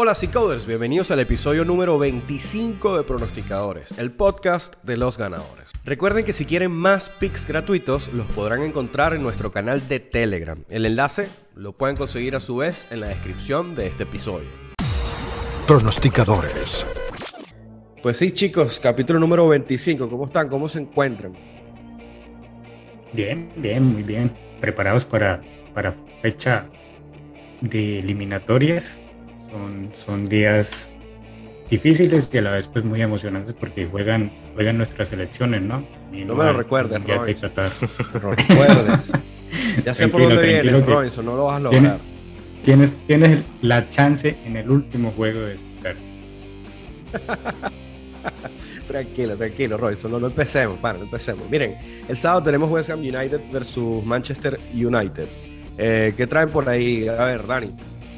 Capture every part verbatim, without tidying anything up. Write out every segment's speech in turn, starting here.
Hola Seacoders, bienvenidos al episodio número veinticinco de Pronosticadores, el podcast de los ganadores. Recuerden que si quieren más picks gratuitos, los podrán encontrar en nuestro canal de Telegram. El enlace lo pueden conseguir a su vez en la descripción de este episodio. Pronosticadores. Pues sí, chicos, capítulo número veinticinco. ¿Cómo están? ¿Cómo se encuentran? Bien, bien, muy bien. Preparados para, para fecha de eliminatorias. Son, son días difíciles y a la vez pues muy emocionantes porque juegan, juegan nuestras selecciones, ¿no? Y no me lo recuerdes, ya te Qatar. No lo recuerdes. Ya sé por dónde viene, Robinson, no lo vas a lograr. Tienes, tienes la chance en el último juego de sacar. Tranquilo, tranquilo, Robinson, no, no empecemos, para, no empecemos. Miren, el sábado tenemos West Ham United versus Manchester United. Eh, ¿Qué traen por ahí? A ver, Dani.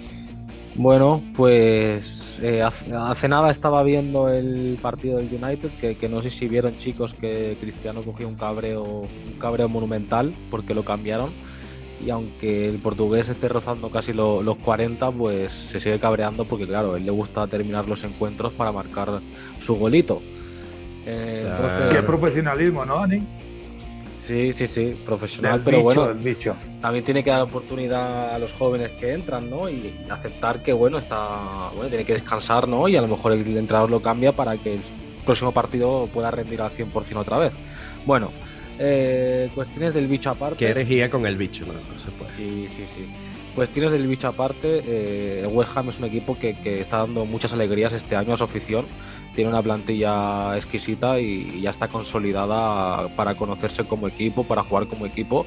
Bueno, pues eh, hace, hace nada estaba viendo el partido del United, que, que no sé si vieron, chicos, que Cristiano cogió un cabreo, un cabreo monumental porque lo cambiaron. Y aunque el portugués esté rozando casi lo, los cuarenta, pues se sigue cabreando porque, claro, a él le gusta terminar los encuentros para marcar su golito. Eh, claro. Entonces, Qué profesionalismo, ¿no, Dani? Sí, sí, sí, profesional, del pero bicho, bueno, del bicho. También tiene que dar oportunidad a los jóvenes que entran, ¿no? Y aceptar que, bueno, está, bueno, tiene que descansar, ¿no? Y a lo mejor el entrenador lo cambia para que el próximo partido pueda rendir al cien por ciento otra vez. Bueno, eh, cuestiones del bicho aparte. Qué herejía con el bicho, no, no se puede. Sí, sí, sí. Cuestiones del bicho aparte, eh, el West Ham es un equipo que, que está dando muchas alegrías este año a su afición. Tiene una plantilla exquisita y ya está consolidada para conocerse como equipo, para jugar como equipo,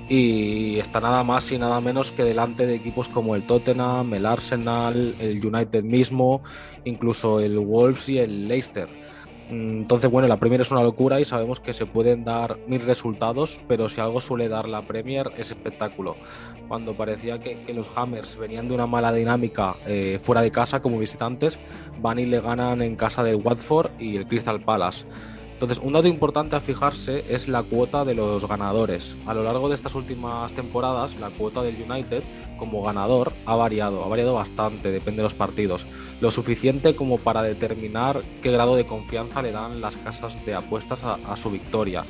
y está nada más y nada menos que delante de equipos como el Tottenham, el Arsenal, el United mismo, incluso el Wolves y el Leicester. Entonces, bueno, la Premier es una locura y sabemos que se pueden dar mil resultados, pero si algo suele dar la Premier es espectáculo. Cuando parecía que, que los Hammers venían de una mala dinámica eh, fuera de casa como visitantes, van y le ganan en casa del Watford y el Crystal Palace. Entonces, un dato importante a fijarse es la cuota de los ganadores. A lo largo de estas últimas temporadas, la cuota del United como ganador ha variado, ha variado bastante, depende de los partidos. Lo suficiente como para determinar qué grado de confianza le dan las casas de apuestas a, a su victoria.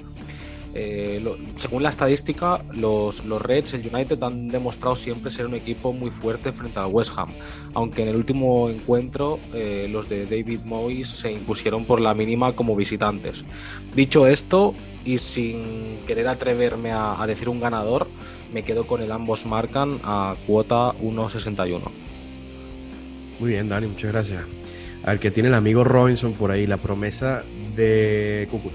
Eh, lo, según la estadística, los, los Reds, el United, han demostrado siempre ser un equipo muy fuerte frente al West Ham, aunque en el último encuentro eh, los de David Moyes se impusieron por la mínima como visitantes. Dicho esto, y sin querer atreverme a, a decir un ganador, me quedo con el ambos marcan a cuota uno sesenta y uno. Muy bien, Dani, muchas gracias. Al que tiene el amigo Robinson por ahí, la promesa de Cúcuta.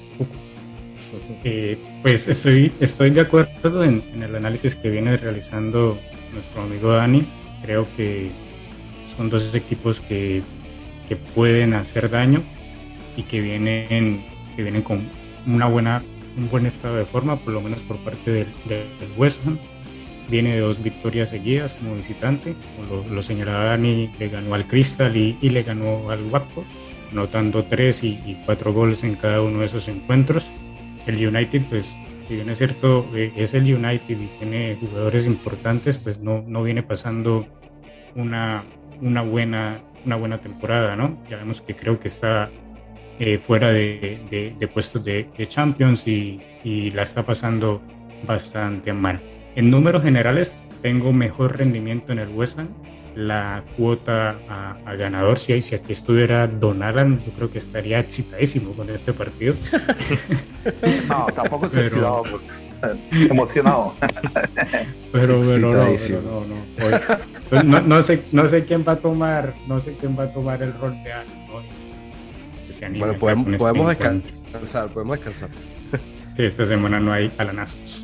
Eh, pues estoy, estoy de acuerdo en, en el análisis que viene realizando nuestro amigo Dani. Creo que son dos equipos que, que pueden hacer daño y que vienen, que vienen con una buena, un buen estado de forma, por lo menos por parte del, del West Ham. Viene de dos victorias seguidas como visitante, como lo, lo señalaba Dani, le ganó al Crystal y, y le ganó al Watford, anotando tres y, y cuatro goles en cada uno de esos encuentros. El United, pues, si bien es cierto, eh, es el United y tiene jugadores importantes, pues no, no viene pasando una, una, buena, una buena temporada, ¿no? Ya vemos que creo que está eh, fuera de, de, de puestos de, de Champions y, y la está pasando bastante mal. En números generales, tengo mejor rendimiento en el West Ham. La cuota a, a ganador, si, si aquí estuviera Don Alan, yo creo que estaría excitadísimo con este partido. No, tampoco se pero, emocionado. Pero, pero, no, pero no, no, Oye, pues no, no sé, no sé quién va a tomar, no sé quién va a tomar el rol de Alan, ¿no? Que se anime bueno, podemos, este podemos encuentro. descansar, podemos descansar. Sí, esta semana no hay alanazos.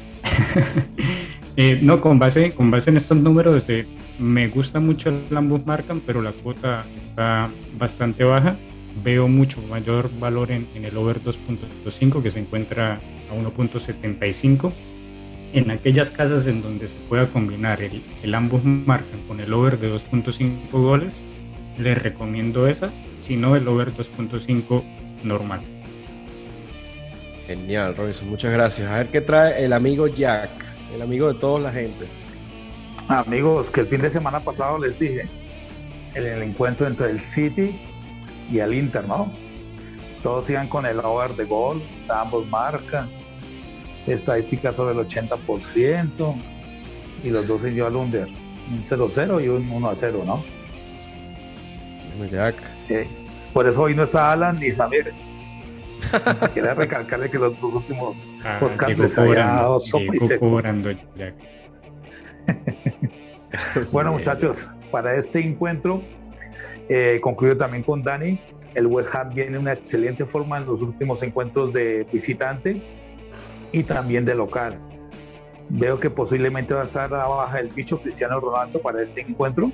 Eh, no, con base, con base en estos números, eh, me gusta mucho el ambos marcan, pero la cuota está bastante baja. Veo mucho mayor valor en, en el over dos punto cinco, que se encuentra a uno punto setenta y cinco. En aquellas casas en donde se pueda combinar el, el ambos marcan con el over de dos punto cinco goles, les recomiendo esa, si no el over dos punto cinco normal. Genial, Robinson, muchas gracias. A ver qué trae el amigo Jack, el amigo de toda la gente. Amigos, que el fin de semana pasado les dije en el encuentro entre el City y el Inter, ¿no? Todos iban con el over de gol, ambos marcan, estadística sobre el ochenta por ciento y los dos se dio al under, un cero cero y un uno a cero, ¿no? Jack. Eh, por eso hoy no está Alan ni Samir. Quería recalcarle que los dos últimos Ah, podcasts llegó les había cobrando, dado sopa y llegó seco. cobrando Jack. Bueno, muchachos, para este encuentro eh, concluyo también con Dani. El West Ham viene en una excelente forma en los últimos encuentros de visitante y también de local. Veo que posiblemente va a estar a la baja el bicho Cristiano Ronaldo para este encuentro.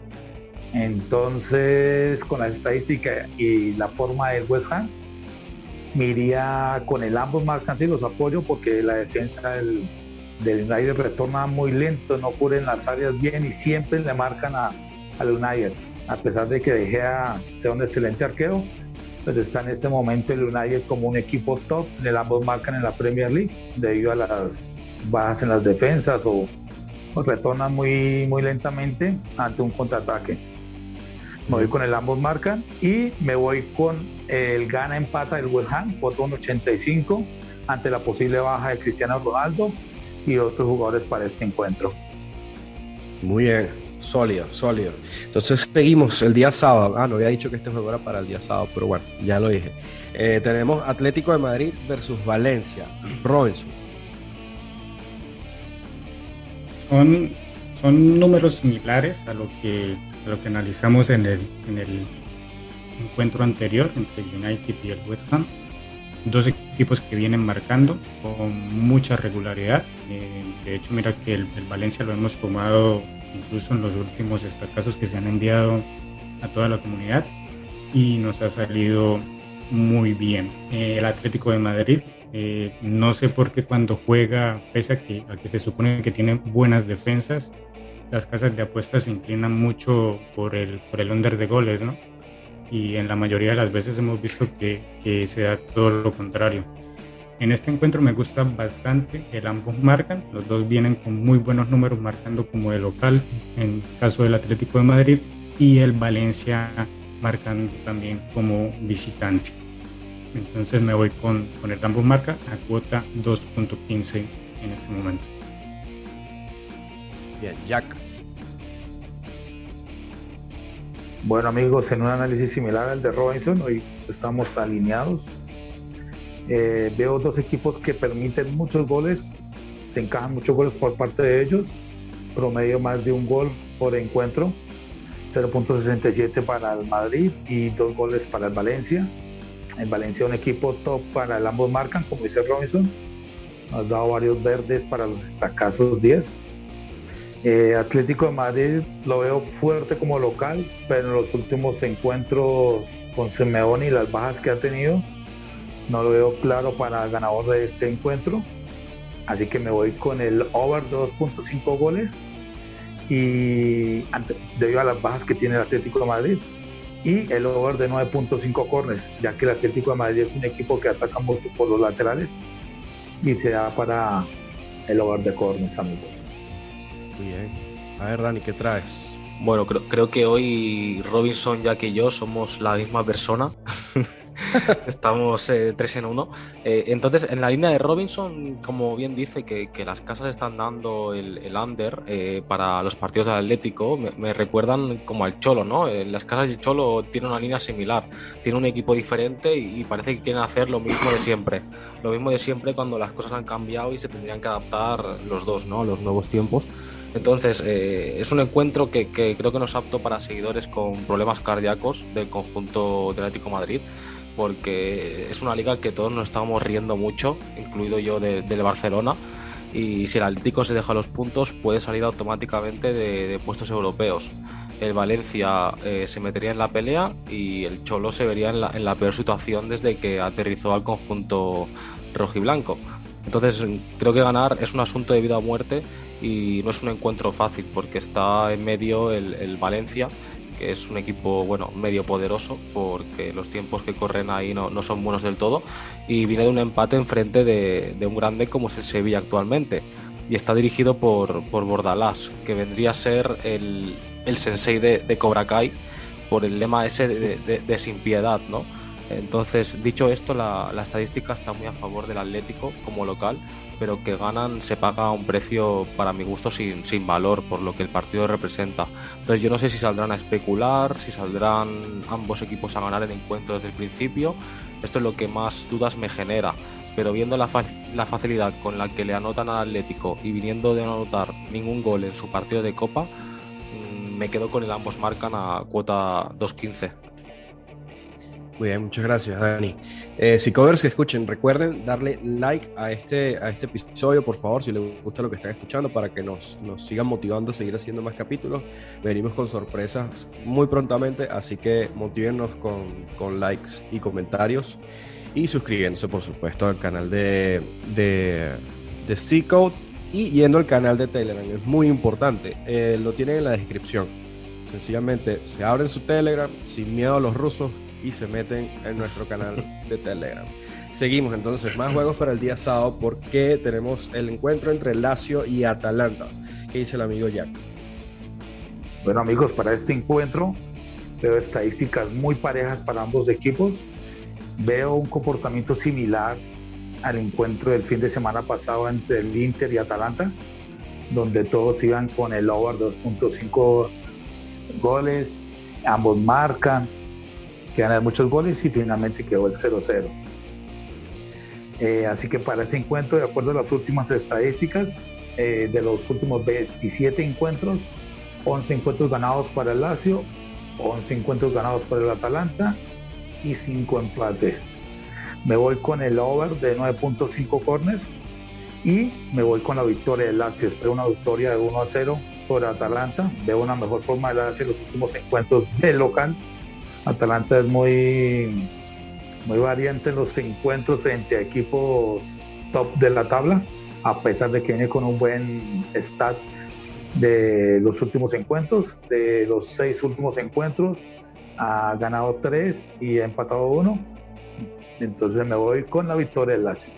Entonces, con la estadística y la forma del West Ham, me iría con el ambos marcan, sí los apoyo, porque la defensa del, del United retorna muy lento, no cubren las áreas bien y siempre le marcan a, al United. A pesar de que De Gea sea un excelente arquero, pues está en este momento el United como un equipo top, el ambos marcan en la Premier League debido a las bajas en las defensas o, o retornan muy, muy lentamente ante un contraataque. Me voy con el ambos marcan y me voy con el gana empata del West Ham, voto un ochenta y cinco ante la posible baja de Cristiano Ronaldo y otros jugadores para este encuentro. Muy bien, sólido, sólido. Entonces seguimos el día sábado. Ah, no había dicho que este juego era para el día sábado, pero bueno, ya lo dije. Eh, tenemos Atlético de Madrid versus Valencia. Robinson. Son, son números similares a lo que, a lo que analizamos en el, en el encuentro anterior entre el United y el West Ham. Dos equipos que vienen marcando con mucha regularidad. Eh, de hecho, mira que el, el Valencia lo hemos tomado incluso en los últimos estacazos que se han enviado a toda la comunidad y nos ha salido muy bien. Eh, el Atlético de Madrid, eh, no sé por qué cuando juega, pese a que, a que se supone que tiene buenas defensas, las casas de apuestas se inclinan mucho por el, por el under de goles, ¿no? Y en la mayoría de las veces hemos visto que, que se da todo lo contrario. En este encuentro me gusta bastante el ambos marcan, los dos vienen con muy buenos números marcando como de local, en caso del Atlético de Madrid, y el Valencia marcando también como visitante. Entonces me voy con, con el ambos marca a cuota dos punto quince en este momento. Bien, Jack. Bueno, amigos, en un análisis similar al de Robinson, hoy estamos alineados. Eh, veo dos equipos que permiten muchos goles, se encajan muchos goles por parte de ellos, promedio más de un gol por encuentro, cero punto sesenta y siete para el Madrid y dos goles para el Valencia. En Valencia un equipo top para el ambos marcan, como dice Robinson, nos ha dado varios verdes para los destacazos diez. Eh, Atlético de Madrid lo veo fuerte como local, pero en los últimos encuentros con Simeone y las bajas que ha tenido, no lo veo claro para el ganador de este encuentro, así que me voy con el over de dos punto cinco goles y ante, debido a las bajas que tiene el Atlético de Madrid, y el over de nueve punto cinco corners, ya que el Atlético de Madrid es un equipo que ataca mucho por los laterales y se da para el over de corners, amigos. Muy bien. A ver, Dani, ¿qué traes? Bueno, creo, creo que hoy Robinson, Jack y yo somos la misma persona. Estamos eh, tres en uno. Eh, entonces, en la línea de Robinson, como bien dice, que, que las casas están dando el, el under eh, para los partidos del Atlético, me, me recuerdan como al Cholo, ¿no? En las casas del Cholo tiene una línea similar, tiene un equipo diferente y, y parece que quieren hacer lo mismo de siempre. Lo mismo de siempre cuando las cosas han cambiado y se tendrían que adaptar los dos, ¿no? Los nuevos tiempos. Entonces, eh, es un encuentro que, que creo que no es apto para seguidores con problemas cardíacos del conjunto del Atlético de Madrid, porque es una liga que todos nos estamos riendo mucho, incluido yo de, del Barcelona, y si el Atlético se deja los puntos puede salir automáticamente de, de puestos europeos. El Valencia eh, se metería en la pelea y el Cholo se vería en la, en la peor situación desde que aterrizó al conjunto rojiblanco. Entonces creo que ganar es un asunto de vida o muerte y no es un encuentro fácil, porque está en medio el, el Valencia, que es un equipo, bueno, medio poderoso, porque los tiempos que corren ahí no, no son buenos del todo, y viene de un empate enfrente de, de un grande como es el Sevilla actualmente, y está dirigido por, por Bordalás, que vendría a ser el, el sensei de, de Cobra Kai, por el lema ese de, de, de sin piedad, ¿no? Entonces, dicho esto, la, la estadística está muy a favor del Atlético como local, pero que ganan se paga a un precio, para mi gusto, sin, sin valor por lo que el partido representa. Entonces yo no sé si saldrán a especular, si saldrán ambos equipos a ganar el encuentro desde el principio. Esto es lo que más dudas me genera, pero viendo la, fa- la facilidad con la que le anotan al Atlético y viniendo de no anotar ningún gol en su partido de Copa, mmm, me quedo con el ambos marcan a cuota dos quince. Muy bien, muchas gracias, Dani. Eh, Psicovers que escuchen, recuerden darle like a este, a este episodio, por favor, si les gusta lo que están escuchando, para que nos, nos sigan motivando a seguir haciendo más capítulos. Venimos con sorpresas muy prontamente, así que motívennos con, con likes y comentarios. Y suscribiéndose, por supuesto, al canal de, de, de C-Code y yendo al canal de Telegram. Es muy importante. Eh, lo tienen en la descripción. Sencillamente se abren su Telegram sin miedo a los rusos y se meten en nuestro canal de Telegram. Seguimos entonces, más juegos para el día sábado, porque tenemos el encuentro entre Lazio y Atalanta. ¿Qué dice el amigo Jack? Bueno, amigos, para este encuentro veo estadísticas muy parejas para ambos equipos. Veo un comportamiento similar al encuentro del fin de semana pasado entre el Inter y Atalanta, donde todos iban con el over dos punto cinco goles, ambos marcan, que ganan muchos goles y finalmente quedó el cero cero. Eh, así que para este encuentro, de acuerdo a las últimas estadísticas, eh, de los últimos veintisiete encuentros, once encuentros ganados para el Lazio, once encuentros ganados para el Atalanta y cinco empates. Me voy con el over de nueve punto cinco corners y me voy con la victoria del Lazio. Espero una victoria de uno a cero sobre Atalanta. Veo una mejor forma de Lazio en los últimos encuentros del local. Atalanta es muy, muy variante en los encuentros frente a equipos top de la tabla, a pesar de que viene con un buen stat de los últimos encuentros. De los seis últimos encuentros ha ganado tres y ha empatado uno. Entonces me voy con la victoria del Lazio.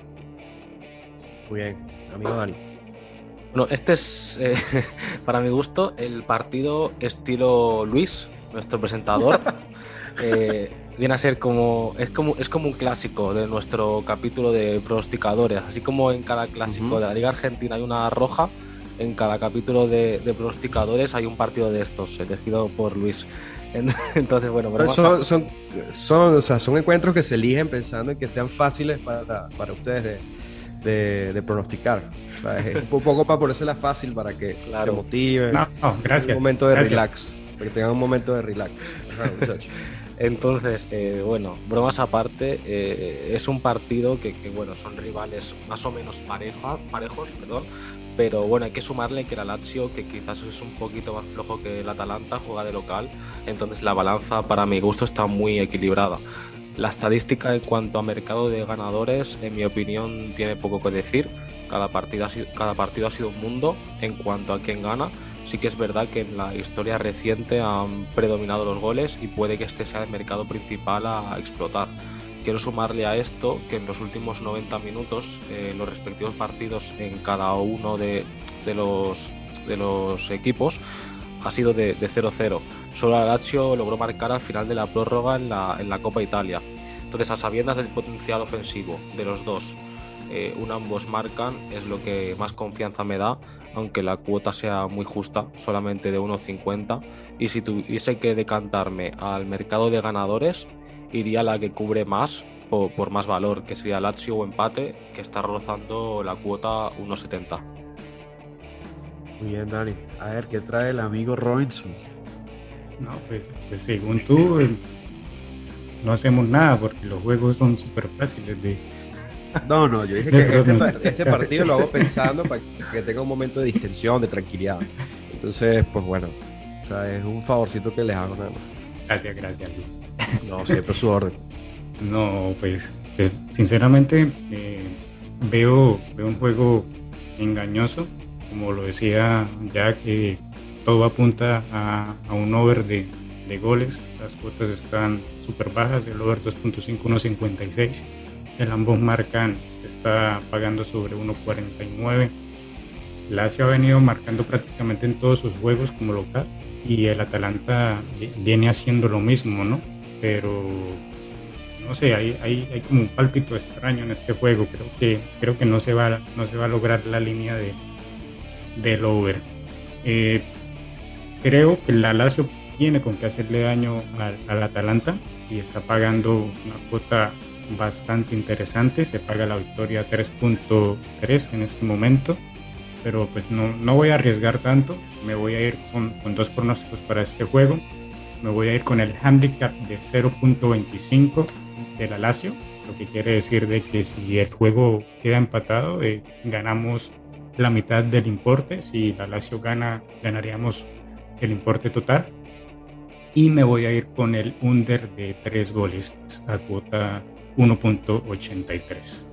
Muy bien, amigo Dani. Bueno, este es, eh, para mi gusto, el partido estilo Luis, nuestro presentador. Eh, viene a ser como es, como es como un clásico de nuestro capítulo de pronosticadores. Así como en cada clásico uh-huh. de la Liga Argentina hay una roja, en cada capítulo de, de pronosticadores hay un partido de estos, elegido por Luis. Entonces, bueno, pero son, son, son, o sea, son encuentros que se eligen pensando en que sean fáciles para, para ustedes de, de, de pronosticar. O sea, es un poco para ponérsela fácil para que claro. se motiven. No, no, gracias. Un momento de gracias. relax, para que tengan un momento de relax. Ajá, muchachos. Entonces, eh, bueno, bromas aparte, eh, es un partido que, que, bueno, son rivales más o menos pareja, parejos, perdón, pero bueno, hay que sumarle que la Lazio, que quizás es un poquito más flojo que el Atalanta, juega de local, entonces la balanza para mi gusto está muy equilibrada. La estadística en cuanto a mercado de ganadores, en mi opinión, tiene poco que decir. Cada partido ha sido, cada partido ha sido un mundo en cuanto a quién gana. Sí que es verdad que en la historia reciente han predominado los goles y puede que este sea el mercado principal a explotar. Quiero sumarle a esto que en los últimos noventa minutos eh, los respectivos partidos en cada uno de, de, los, de los equipos ha sido de, de cero cero. Solo la Lazio logró marcar al final de la prórroga en la, en la Copa Italia. Entonces, a sabiendas del potencial ofensivo de los dos, eh, un ambos marcan es lo que más confianza me da, aunque la cuota sea muy justa, solamente de uno cincuenta, y si tuviese que decantarme al mercado de ganadores, iría a la que cubre más por, por más valor, que sería Lazio o empate, que está rozando la cuota uno setenta. Muy bien, Dani. A ver, ¿qué trae el amigo Robinson? No, pues, pues según tú, el, no hacemos nada porque los juegos son súper fáciles de... No, no, yo dije que este, este partido lo hago pensando para que tenga un momento de distensión, de tranquilidad. Entonces, pues bueno, o sea, es un favorcito que les hago nada más. Gracias, gracias, Luis. No, siempre su orden. No, pues, pues sinceramente eh, veo, veo un juego engañoso, como lo decía ya, que todo apunta a, a un over de, de goles. Las cuotas están súper bajas, el over dos punto cinco, uno cincuenta y seis. El ambos marcan se está pagando sobre uno cuarenta y nueve. Lazio ha venido marcando prácticamente en todos sus juegos como local, y el Atalanta viene haciendo lo mismo, ¿no? Pero no sé, hay, hay, hay como un pálpito extraño en este juego. Creo que, creo que no, se va, no se va a lograr la línea de, del over. Eh, creo que la Lazio tiene con qué hacerle daño al, al Atalanta y está pagando una cuota bastante interesante. Se paga la victoria tres punto tres en este momento, pero pues no, no voy a arriesgar tanto. Me voy a ir con, con dos pronósticos para este juego. Me voy a ir con el handicap de cero punto veinticinco de la Lazio, lo que quiere decir de que si el juego queda empatado, eh, ganamos la mitad del importe. Si la Lazio gana, ganaríamos el importe total. Y me voy a ir con el under de tres goles a cuota uno punto ochenta y tres.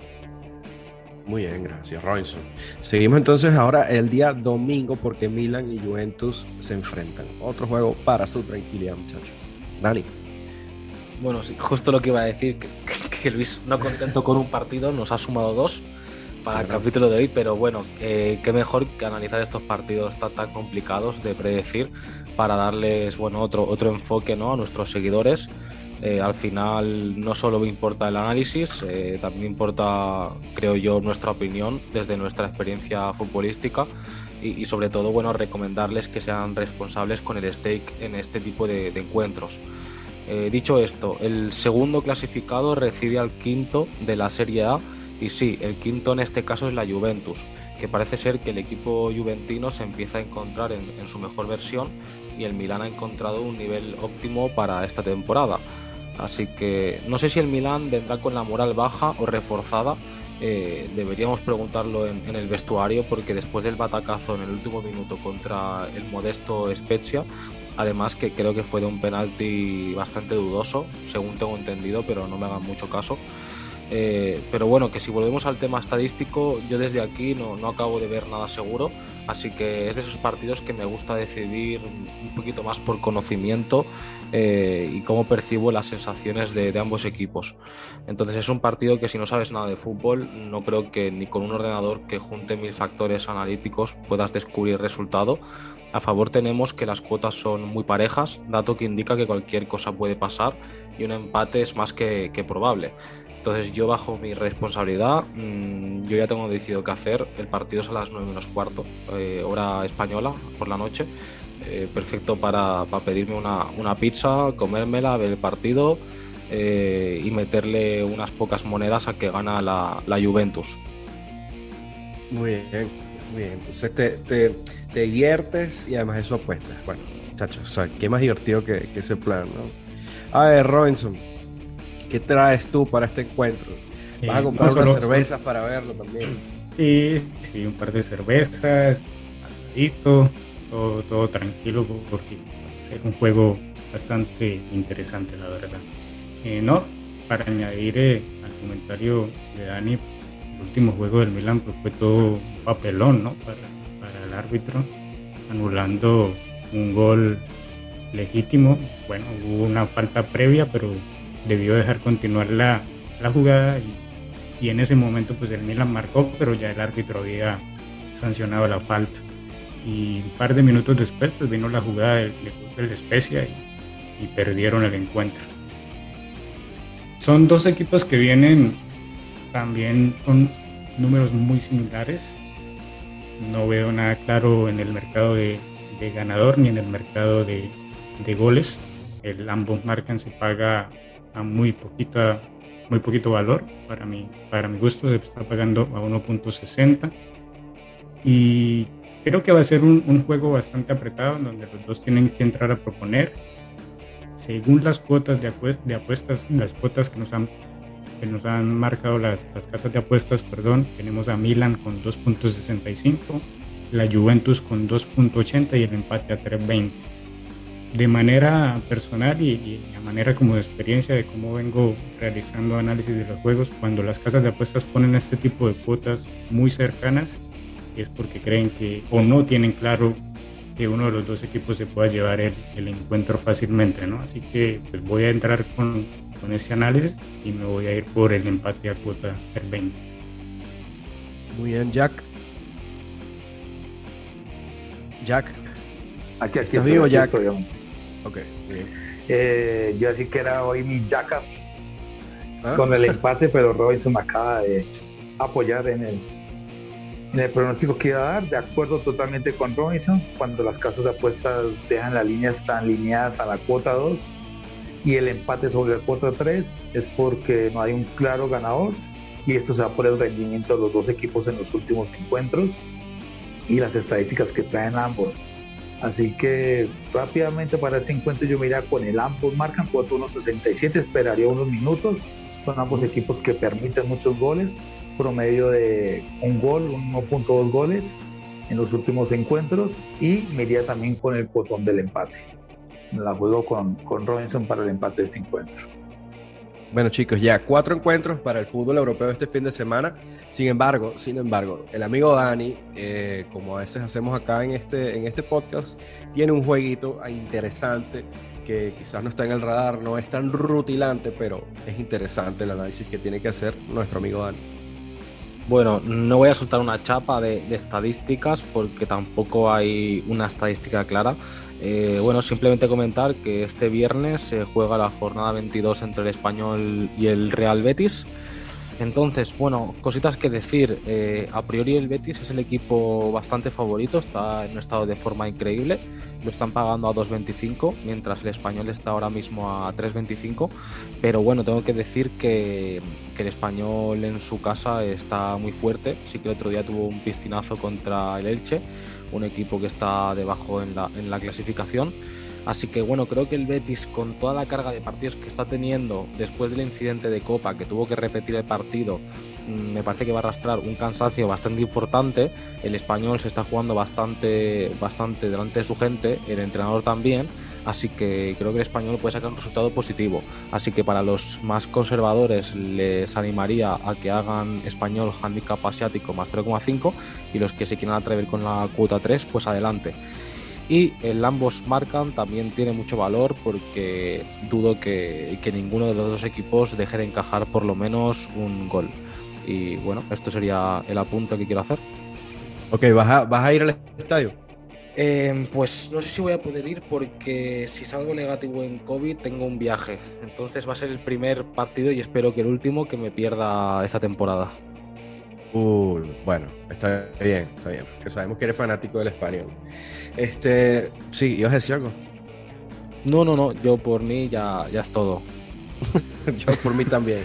Muy bien, gracias, Robinson. Seguimos entonces ahora el día domingo porque Milan y Juventus se enfrentan. Otro juego para su tranquilidad, muchachos. Dani. Bueno, sí, justo lo que iba a decir, que, que Luis, no contento con un partido, nos ha sumado dos para el capítulo de hoy, pero bueno, eh, qué mejor que analizar estos partidos tan, tan complicados de predecir para darles, bueno, otro, otro enfoque, ¿no?, a nuestros seguidores. Eh, al final no solo me importa el análisis, eh, también importa, creo yo, nuestra opinión desde nuestra experiencia futbolística y, y sobre todo, bueno, recomendarles que sean responsables con el stake en este tipo de, de encuentros. Eh, dicho esto, el segundo clasificado recibe al quinto de la Serie A y sí, el quinto en este caso es la Juventus, que parece ser que el equipo juventino se empieza a encontrar en, en su mejor versión y el Milán ha encontrado un nivel óptimo para esta temporada. Así que no sé si el Milán vendrá con la moral baja o reforzada. Eh, deberíamos preguntarlo en, en el vestuario, porque después del batacazo en el último minuto contra el modesto Spezia, además que creo que fue de un penalti bastante dudoso, según tengo entendido, pero no me hagan mucho caso. Eh, pero bueno, que si volvemos al tema estadístico, yo desde aquí no, no acabo de ver nada seguro, así que es de esos partidos que me gusta decidir un poquito más por conocimiento eh, y cómo percibo las sensaciones de, de ambos equipos. Entonces es un partido que si no sabes nada de fútbol, no creo que ni con un ordenador que junte mil factores analíticos puedas descubrir el resultado. A favor tenemos que las cuotas son muy parejas, dato que indica que cualquier cosa puede pasar y un empate es más que, que probable. Entonces yo, bajo mi responsabilidad, mmm, yo ya tengo decidido qué hacer. El partido es a las nueve menos cuarto, eh, hora española, por la noche. Eh, perfecto para, para pedirme una, una pizza, comérmela, ver el partido eh, y meterle unas pocas monedas a que gana la, la Juventus. Muy bien, muy bien. Entonces te, te, te diviertes y además eso apuestas. Bueno, muchachos, o sea, qué más divertido que, que ese plan, ¿no? A ver, Robinson, ¿qué traes tú para este encuentro? ¿Vas a comprar no, unas solo, cervezas para verlo también? Sí, sí, un par de cervezas, asadito, todo, todo tranquilo, porque va a ser un juego bastante interesante, la verdad. Eh, no, para añadir eh, al comentario de Dani, el último juego del Milan pues, fue todo un papelón, ¿no? Para, para el árbitro, anulando un gol legítimo. Bueno, hubo una falta previa, pero debió dejar continuar la, la jugada y, y en ese momento pues el Milan marcó, pero ya el árbitro había sancionado la falta y un par de minutos después pues vino la jugada del, del Spezia y, y perdieron el encuentro. Son dos equipos que vienen también con números muy similares. No veo nada claro en el mercado de, de ganador ni en el mercado de, de goles. El, ambos marcan, se paga a muy poquita, muy poquito valor. Para mi, para mi gusto se está pagando a uno punto sesenta y creo que va a ser un, un juego bastante apretado en donde los dos tienen que entrar a proponer. Según las cuotas de, apuestas, de apuestas, las cuotas que nos han, que nos han marcado las, las casas de apuestas, perdón, tenemos a Milan con dos punto sesenta y cinco, la Juventus con dos punto ochenta y el empate a tres punto veinte. De manera personal y, y a manera como de experiencia de cómo vengo realizando análisis de los juegos, cuando las casas de apuestas ponen este tipo de cuotas muy cercanas, es porque creen que o no tienen claro que uno de los dos equipos se pueda llevar el, el encuentro fácilmente, ¿no? Así que pues voy a entrar con, con ese análisis y me voy a ir por el empate a cuota tres veinte. Muy bien, Jack. Jack. Aquí, aquí ¿Estás estoy, vivo, aquí Jack? estoy, hombre. Ok, bien. Eh, yo así que era hoy mi Jackas ¿Ah? con el empate, pero Robinson me acaba de apoyar en el, en el pronóstico que iba a dar. De acuerdo totalmente con Robinson, cuando las casas de apuestas dejan las líneas tan lineadas a la cuota dos y el empate sobre la cuota tres, es porque no hay un claro ganador, y esto se da por el rendimiento de los dos equipos en los últimos encuentros y las estadísticas que traen ambos. Así que rápidamente para este encuentro yo me iría con el ambos marcan cuota uno sesenta y siete, esperaría unos minutos. Son ambos equipos que permiten muchos goles, promedio de un gol, uno punto dos goles en los últimos encuentros, y me iría también con el cuotón del empate. La juego con, con Robinson para el empate de este encuentro. Bueno, chicos, ya cuatro encuentros para el fútbol europeo este fin de semana. Sin embargo, sin embargo, el amigo Dani, eh, como a veces hacemos acá en este, en este podcast, tiene un jueguito interesante que quizás no está en el radar, no es tan rutilante, pero es interesante el análisis que tiene que hacer nuestro amigo Dani. Bueno, no voy a soltar una chapa de, de estadísticas porque tampoco hay una estadística clara. Eh, bueno, simplemente comentar que este viernes se juega la jornada veintidós entre el Español y el Real Betis. Entonces, bueno, cositas que decir. Eh, a priori el Betis es el equipo bastante favorito, está en un estado de forma increíble. Lo están pagando a dos veinticinco, mientras el Español está ahora mismo a tres veinticinco. Pero bueno, tengo que decir que, que el Español en su casa está muy fuerte. Sí que el otro día tuvo un piscinazo contra el Elche, un equipo que está debajo en la, en la clasificación. Así que bueno, creo que el Betis, con toda la carga de partidos que está teniendo después del incidente de Copa, que tuvo que repetir el partido, me parece que va a arrastrar un cansancio bastante importante. El Español se está jugando bastante, bastante delante de su gente, el entrenador también, así que creo que el Español puede sacar un resultado positivo. Así que para los más conservadores les animaría a que hagan Español handicap asiático más cero coma cinco, y los que se quieran atrever con la cuota tres, pues adelante. Y el ambos marcan también tiene mucho valor porque dudo que, que ninguno de los dos equipos deje de encajar por lo menos un gol. Y bueno, esto sería el apunte que quiero hacer. Ok, ¿vas a, vas a ir al estadio? Eh, pues no sé si voy a poder ir porque si salgo negativo en COVID tengo un viaje. Entonces va a ser el primer partido y espero que el último que me pierda esta temporada. Uy, bueno, está bien, está bien, que sabemos que eres fanático del Español. Este, sí, ¿ibas a decir algo? No, no, no, yo por mí ya, ya es todo. Yo por mí también.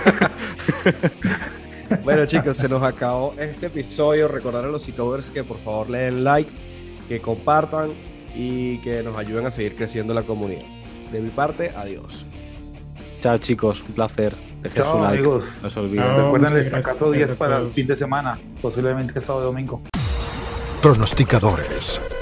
Bueno, chicos, se nos acabó este episodio. Recordar a los Seacovers que por favor le den like, que compartan y que nos ayuden a seguir creciendo la comunidad. De mi parte, adiós. Chao, chicos, un placer. Dejen Chao, su like, amigos. no se olviden. Chao. Recuerden el muchas gracias, destacazo diez gracias a para el todos. fin de semana, posiblemente sábado y domingo. Pronosticadores